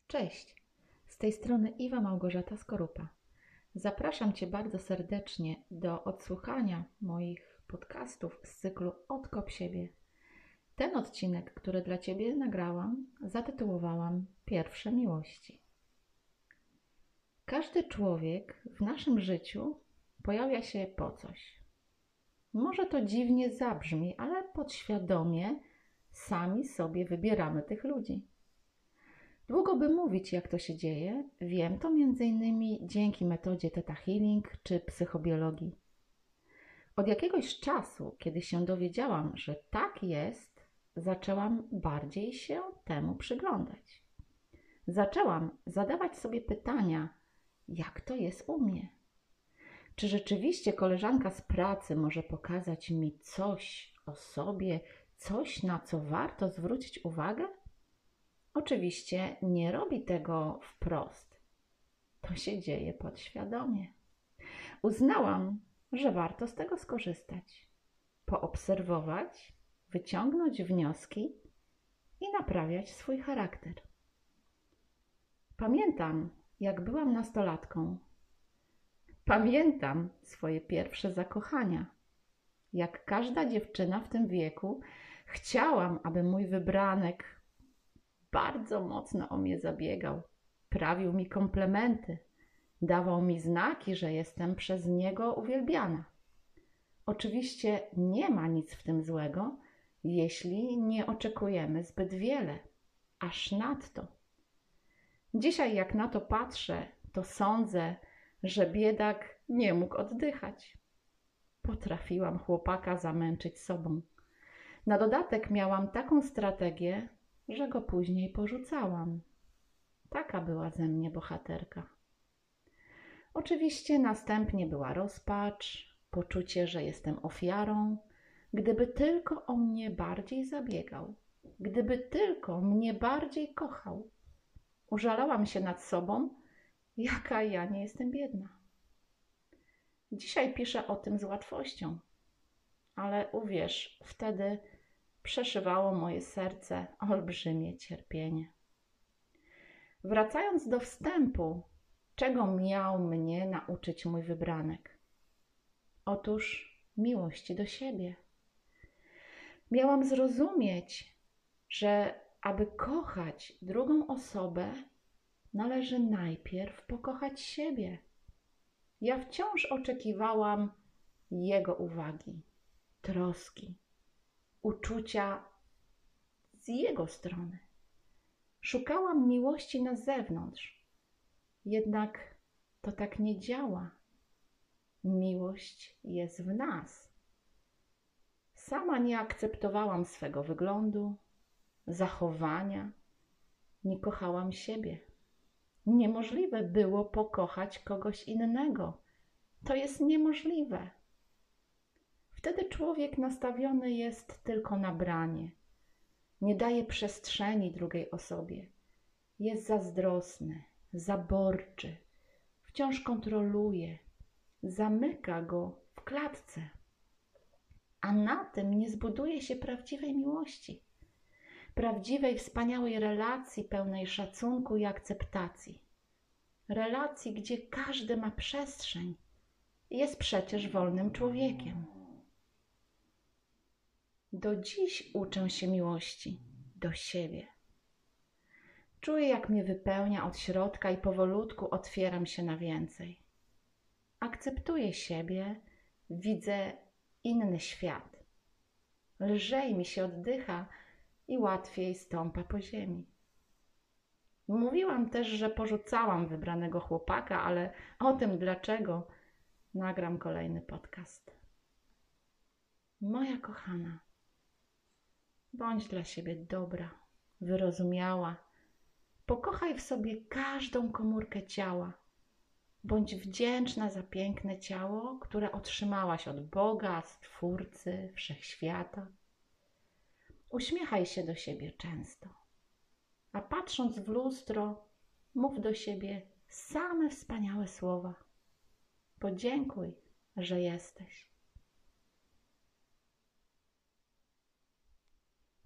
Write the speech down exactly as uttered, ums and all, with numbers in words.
Cześć, z tej strony Iwa Małgorzata Skorupa. Zapraszam Cię bardzo serdecznie do odsłuchania moich podcastów z cyklu Odkop siebie. Ten odcinek, który dla Ciebie nagrałam, zatytułowałam Pierwsze miłości. Każdy człowiek w naszym życiu pojawia się po coś. Może to dziwnie zabrzmi, ale podświadomie sami sobie wybieramy tych ludzi. Długo by mówić, jak to się dzieje, wiem to między innymi dzięki metodzie Theta Healing czy psychobiologii. Od jakiegoś czasu, kiedy się dowiedziałam, że tak jest, zaczęłam bardziej się temu przyglądać. Zaczęłam zadawać sobie pytania, jak to jest u mnie? Czy rzeczywiście koleżanka z pracy może pokazać mi coś o sobie, coś, na co warto zwrócić uwagę? Oczywiście nie robi tego wprost. To się dzieje podświadomie. Uznałam, że warto z tego skorzystać, poobserwować, wyciągnąć wnioski i naprawiać swój charakter. Pamiętam, jak byłam nastolatką. Pamiętam swoje pierwsze zakochania. Jak każda dziewczyna w tym wieku, chciałam, aby mój wybranek bardzo mocno o mnie zabiegał, prawił mi komplementy, dawał mi znaki, że jestem przez niego uwielbiana. Oczywiście nie ma nic w tym złego, jeśli nie oczekujemy zbyt wiele, aż nadto. Dzisiaj jak na to patrzę, to sądzę, że biedak nie mógł oddychać. Potrafiłam chłopaka zamęczyć sobą. Na dodatek miałam taką strategię, że go później porzucałam. Taka była ze mnie bohaterka. Oczywiście następnie była rozpacz, poczucie, że jestem ofiarą. Gdyby tylko o mnie bardziej zabiegał, gdyby tylko mnie bardziej kochał. Użalałam się nad sobą, jaka ja nie jestem biedna. Dzisiaj piszę o tym z łatwością, ale uwierz, wtedy przeszywało moje serce olbrzymie cierpienie. Wracając do wstępu, czego miał mnie nauczyć mój wybranek? Otóż miłości do siebie. Miałam zrozumieć, że aby kochać drugą osobę, należy najpierw pokochać siebie. Ja wciąż oczekiwałam jego uwagi, troski, uczucia z jego strony. Szukałam miłości na zewnątrz, jednak to tak nie działa. Miłość jest w nas. Sama nie akceptowałam swego wyglądu, zachowania, nie kochałam siebie. Niemożliwe było pokochać kogoś innego. To jest niemożliwe. Wtedy człowiek nastawiony jest tylko na branie. Nie daje przestrzeni drugiej osobie. Jest zazdrosny, zaborczy, wciąż kontroluje, zamyka go w klatce. A na tym nie zbuduje się prawdziwej miłości, prawdziwej, wspaniałej relacji pełnej szacunku i akceptacji. Relacji, gdzie każdy ma przestrzeń i jest przecież wolnym człowiekiem. Do dziś uczę się miłości do siebie. Czuję, jak mnie wypełnia od środka i powolutku otwieram się na więcej. Akceptuję siebie, widzę inny świat. Lżej mi się oddycha i łatwiej stąpa po ziemi. Mówiłam też, że porzucałam wybranego chłopaka, ale o tym dlaczego nagram kolejny podcast. Moja kochana, bądź dla siebie dobra, wyrozumiała. Pokochaj w sobie każdą komórkę ciała. Bądź wdzięczna za piękne ciało, które otrzymałaś od Boga, Stwórcy, Wszechświata. Uśmiechaj się do siebie często, a patrząc w lustro, mów do siebie same wspaniałe słowa. Podziękuj, że jesteś.